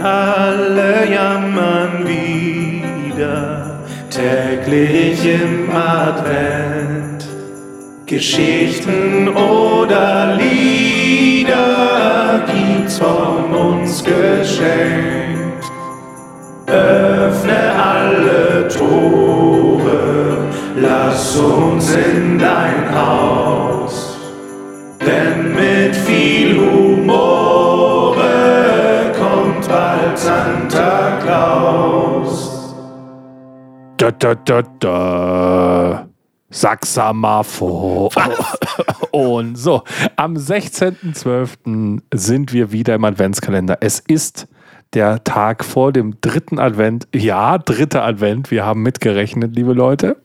alle jammern wieder, täglich im Advent. Geschichten oder Lieder gibt's von uns geschenkt. Öffne alle Tore, lass uns in dein Haus, denn mit viel Humor kommt bald Santa Claus. Da, da, da, da. Sag's mal vor. Und so, am 16.12. sind wir wieder im Adventskalender. Es ist der Tag vor dem 3. Advent. Ja, 3. Advent. Wir haben mitgerechnet, liebe Leute.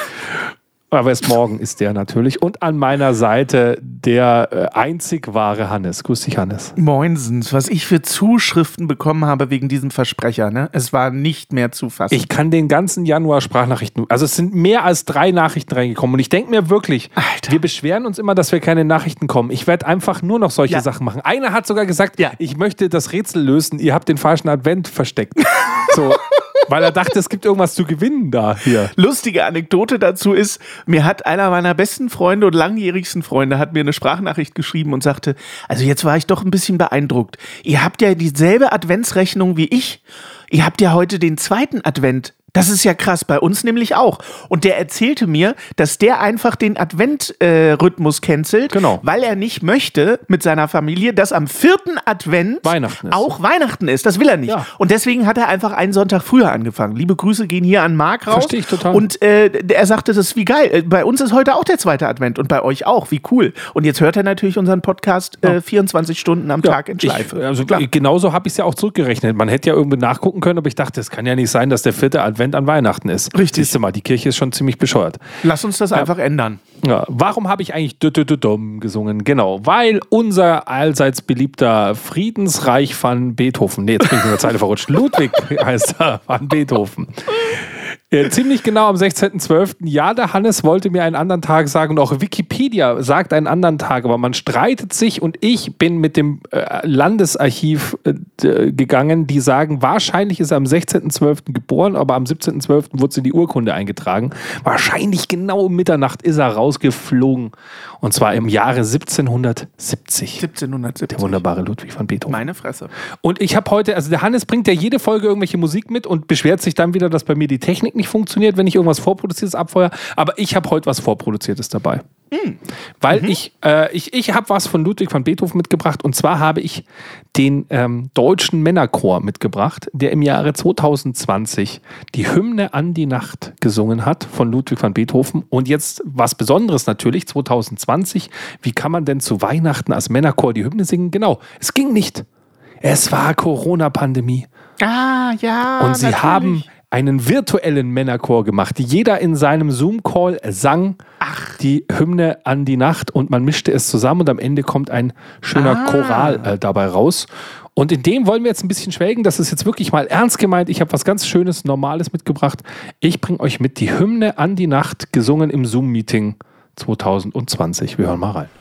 Aber erst morgen ist der natürlich. Und an meiner Seite der einzig wahre Hannes. Grüß dich, Hannes. Moinsens, was ich für Zuschriften bekommen habe wegen diesem Versprecher. Ne? Es war nicht mehr zu fassen. Ich kann den ganzen Januar Sprachnachrichten, also es sind mehr als 3 Nachrichten reingekommen. Und ich denke mir wirklich, Alter, wir beschweren uns immer, dass wir keine Nachrichten kommen. Ich werde einfach nur noch solche Sachen machen. Einer hat sogar gesagt, ich möchte das Rätsel lösen. Ihr habt den falschen Advent versteckt. So. Weil er dachte, es gibt irgendwas zu gewinnen da hier. Lustige Anekdote dazu ist, mir hat einer meiner besten Freunde und langjährigsten Freunde hat mir eine Sprachnachricht geschrieben und sagte, also jetzt war ich doch ein bisschen beeindruckt. Ihr habt ja dieselbe Adventsrechnung wie ich. Ihr habt ja heute den 2. Advent. Das ist ja krass, bei uns nämlich auch. Und der erzählte mir, dass der einfach den Advent-Rhythmus cancelt, weil er nicht möchte mit seiner Familie, dass am 4. Advent auch Weihnachten ist. Das will er nicht. Ja. Und deswegen hat er einfach einen Sonntag früher angefangen. Liebe Grüße gehen hier an Marc raus. Verstehe ich total. Und er sagte, das ist wie geil. Bei uns ist heute auch der 2. Advent und bei euch auch. Wie cool. Und jetzt hört er natürlich unseren Podcast 24 Stunden am Tag in Schleife. Genauso habe ich es ja auch zurückgerechnet. Man hätte ja irgendwie nachgucken können, aber ich dachte, es kann ja nicht sein, dass der 4. Advent an Weihnachten ist. Richtig. Siehst du mal, die Kirche ist schon ziemlich bescheuert. Lass uns das einfach ändern. Ja. Warum habe ich eigentlich Dumm gesungen? Genau, weil unser allseits beliebter Friedensreich van Beethoven, jetzt bin ich in der Zeile verrutscht, Ludwig heißt er, van Beethoven. Ziemlich genau am 16.12. Ja, der Hannes wollte mir einen anderen Tag sagen und auch Wikipedia sagt einen anderen Tag, aber man streitet sich und ich bin mit dem Landesarchiv gegangen, die sagen, wahrscheinlich ist er am 16.12. geboren, aber am 17.12. wurde es in die Urkunde eingetragen. Wahrscheinlich genau um Mitternacht ist er rausgeflogen und zwar im Jahre 1770. 1770. Der wunderbare Ludwig van Beethoven. Meine Fresse. Und ich habe heute, also der Hannes bringt ja jede Folge irgendwelche Musik mit und beschwert sich dann wieder, dass bei mir die Technik nicht funktioniert, wenn ich irgendwas Vorproduziertes abfeuere. Aber ich habe heute was Vorproduziertes dabei. Weil ich habe was von Ludwig van Beethoven mitgebracht und zwar habe ich den deutschen Männerchor mitgebracht, der im Jahre 2020 die Hymne an die Nacht gesungen hat von Ludwig van Beethoven. Und jetzt was Besonderes natürlich, 2020, wie kann man denn zu Weihnachten als Männerchor die Hymne singen? Genau, es ging nicht. Es war Corona-Pandemie. Ah, ja. Und sie haben einen virtuellen Männerchor gemacht. Jeder in seinem Zoom-Call sang die Hymne an die Nacht und man mischte es zusammen und am Ende kommt ein schöner Choral dabei raus. Und in dem wollen wir jetzt ein bisschen schwelgen. Das ist jetzt wirklich mal ernst gemeint. Ich habe was ganz Schönes, Normales mitgebracht. Ich bringe euch mit die Hymne an die Nacht, gesungen im Zoom-Meeting 2020. Wir hören mal rein.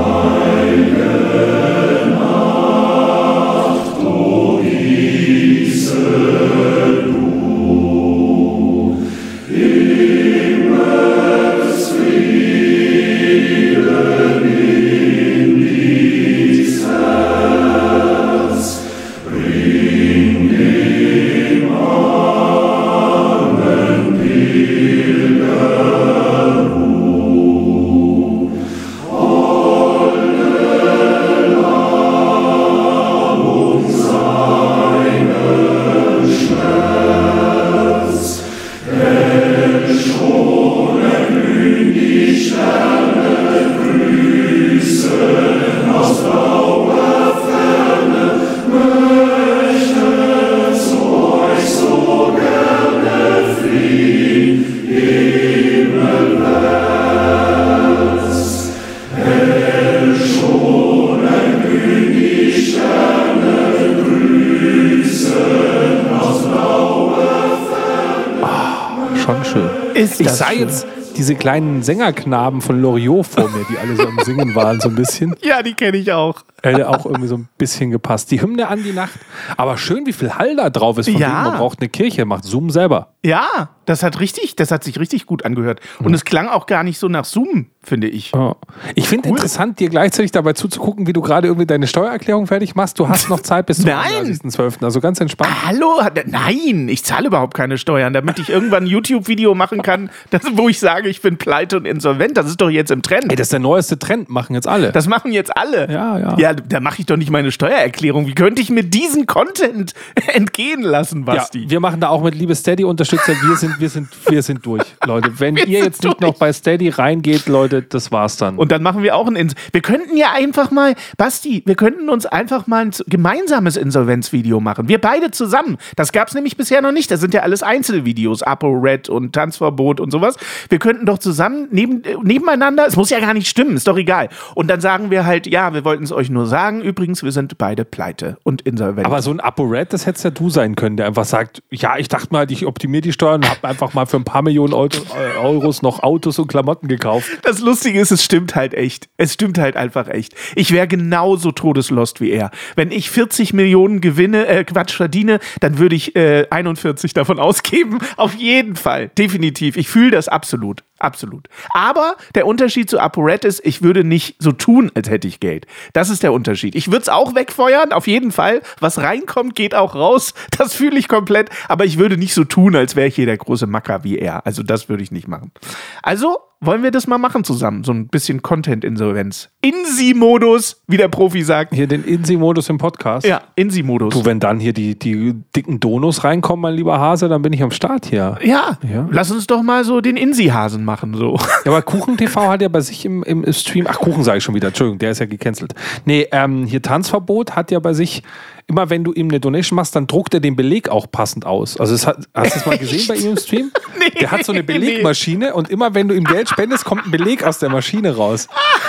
Schon schön. Ich sah jetzt diese kleinen Sängerknaben von Loriot vor mir, die alle so am Singen waren, so ein bisschen. Ja, die kenne ich auch. Hätte auch irgendwie so ein bisschen gepasst. Die Hymne an die Nacht. Aber schön, wie viel Hall da drauf ist. Von wegen, man braucht eine Kirche, macht Zoom selber. Ja, das hat sich richtig gut angehört. Und es klang auch gar nicht so nach Zoom, finde ich. Oh. Ich finde interessant, dir gleichzeitig dabei zuzugucken, wie du gerade irgendwie deine Steuererklärung fertig machst. Du hast noch Zeit bis zum 31.12., also ganz entspannt. Hallo? Nein, ich zahle überhaupt keine Steuern, damit ich irgendwann ein YouTube-Video machen kann, wo ich sage, ich bin pleite und insolvent. Das ist doch jetzt im Trend. Ey, das ist der neueste Trend, machen jetzt alle. Das machen jetzt alle. Ja. Ja, da mache ich doch nicht meine Steuererklärung. Wie könnte ich mir diesen Content entgehen lassen, Basti? Ja, wir machen da auch mit liebe Steady-Unterstützer. Wir sind durch, Leute. Wenn ihr jetzt nicht noch bei Steady reingeht, Leute, das war's dann. Und dann machen wir auch wir könnten ja einfach mal, Basti, wir könnten uns einfach mal ein gemeinsames Insolvenzvideo machen. Wir beide zusammen. Das gab's nämlich bisher noch nicht. Das sind ja alles Einzelvideos. ApoRed und Tanzverbot und sowas. Wir könnten doch zusammen nebeneinander, es muss ja gar nicht stimmen, ist doch egal. Und dann sagen wir halt, ja, wir wollten es euch nur sagen. Übrigens, wir sind beide pleite und insolvent. Aber so ein ApoRed, das hättest ja du sein können, der einfach sagt, ja, ich dachte mal, ich optimiere die Steuern und habe einfach mal für ein paar Millionen Euros noch Autos und Klamotten gekauft. Das Lustige ist, es stimmt halt echt. Es stimmt halt einfach echt. Ich wäre genauso todeslost wie er. Wenn ich 40 Millionen verdiene, dann würde ich 41 davon ausgeben. Auf jeden Fall. Definitiv. Ich fühle das absolut. Absolut. Aber der Unterschied zu ApoRed ist, ich würde nicht so tun, als hätte ich Geld. Das ist der Unterschied. Ich würde es auch wegfeuern, auf jeden Fall. Was reinkommt, geht auch raus. Das fühle ich komplett. Aber ich würde nicht so tun, als wäre ich hier der große Macker wie er. Also das würde ich nicht machen. Also wollen wir das mal machen zusammen. So ein bisschen Content-Insolvenz. INSI-Modus, wie der Profi sagt. Hier den INSI-Modus im Podcast. Ja, INSI-Modus. Du, wenn dann hier die dicken Donos reinkommen, mein lieber Hase, dann bin ich am Start hier. Ja, lass uns doch mal so den INSI-Hasen machen. So. Ja, aber KuchenTV hat ja bei sich im Stream, Kuchen sage ich schon wieder, Entschuldigung, der ist ja gecancelt. Nee, hier Tanzverbot hat ja bei sich, immer wenn du ihm eine Donation machst, dann druckt er den Beleg auch passend aus. Also hast du das mal gesehen bei ihm im Stream? Nee, der hat so eine Belegmaschine und immer wenn du ihm Geld spendest, kommt ein Beleg aus der Maschine raus.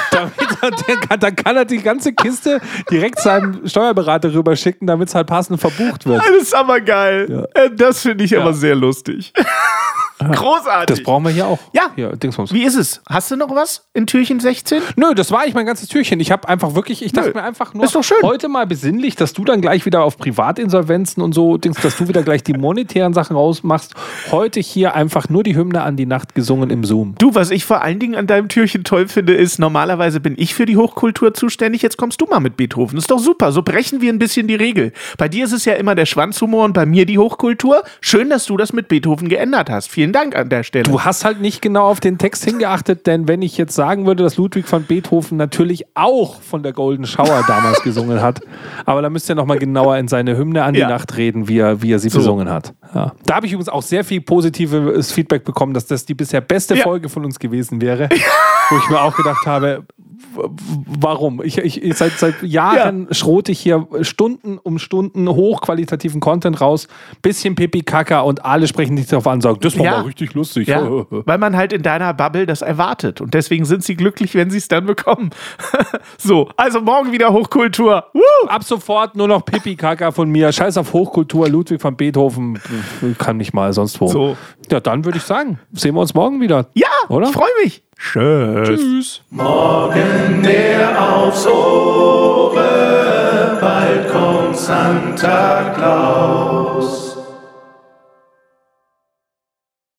Dann kann er die ganze Kiste direkt seinem Steuerberater rüberschicken, damit es halt passend verbucht wird. Das ist aber geil. Ja. Das finde ich aber sehr lustig. Großartig. Das brauchen wir hier auch. Ja. Hier, Dingsbums. Wie ist es? Hast du noch was in Türchen 16? Nö, das war eigentlich mein ganzes Türchen. Ich habe einfach wirklich, ich dachte mir einfach nur, ist doch schön. Heute mal besinnlich, dass du dann gleich wieder auf Privatinsolvenzen und so, dass du wieder gleich die monetären Sachen rausmachst. Heute hier einfach nur die Hymne an die Nacht gesungen im Zoom. Du, was ich vor allen Dingen an deinem Türchen toll finde, ist, normalerweise bin ich für die Hochkultur zuständig, jetzt kommst du mal mit Beethoven. Das ist doch super, so brechen wir ein bisschen die Regel. Bei dir ist es ja immer der Schwanzhumor und bei mir die Hochkultur. Schön, dass du das mit Beethoven geändert hast. Vielen Dank an der Stelle. Du hast halt nicht genau auf den Text hingeachtet, denn wenn ich jetzt sagen würde, dass Ludwig van Beethoven natürlich auch von der Golden Shower damals gesungen hat, aber da müsst ihr nochmal genauer in seine Hymne an die Nacht reden, wie er sie besungen hat. Ja. Da habe ich übrigens auch sehr viel positives Feedback bekommen, dass das die bisher beste Folge von uns gewesen wäre, wo ich mir auch gedacht habe, warum? Ich seit Jahren schrote ich hier Stunden um Stunden hochqualitativen Content raus, bisschen Pipi-Kaka und alle sprechen sich darauf an und sagen, das war mal richtig lustig. Ja, weil man halt in deiner Bubble das erwartet und deswegen sind sie glücklich, wenn sie es dann bekommen. So, also morgen wieder Hochkultur. Woo! Ab sofort nur noch Pipi-Kaka von mir. Scheiß auf Hochkultur, Ludwig van Beethoven kann nicht mal sonst wo. So. Ja, dann würde ich sagen, sehen wir uns morgen wieder. Ja, oder? Ich freue mich. Tschüss. Morgen der aufs Ohre, bald kommt Santa Claus.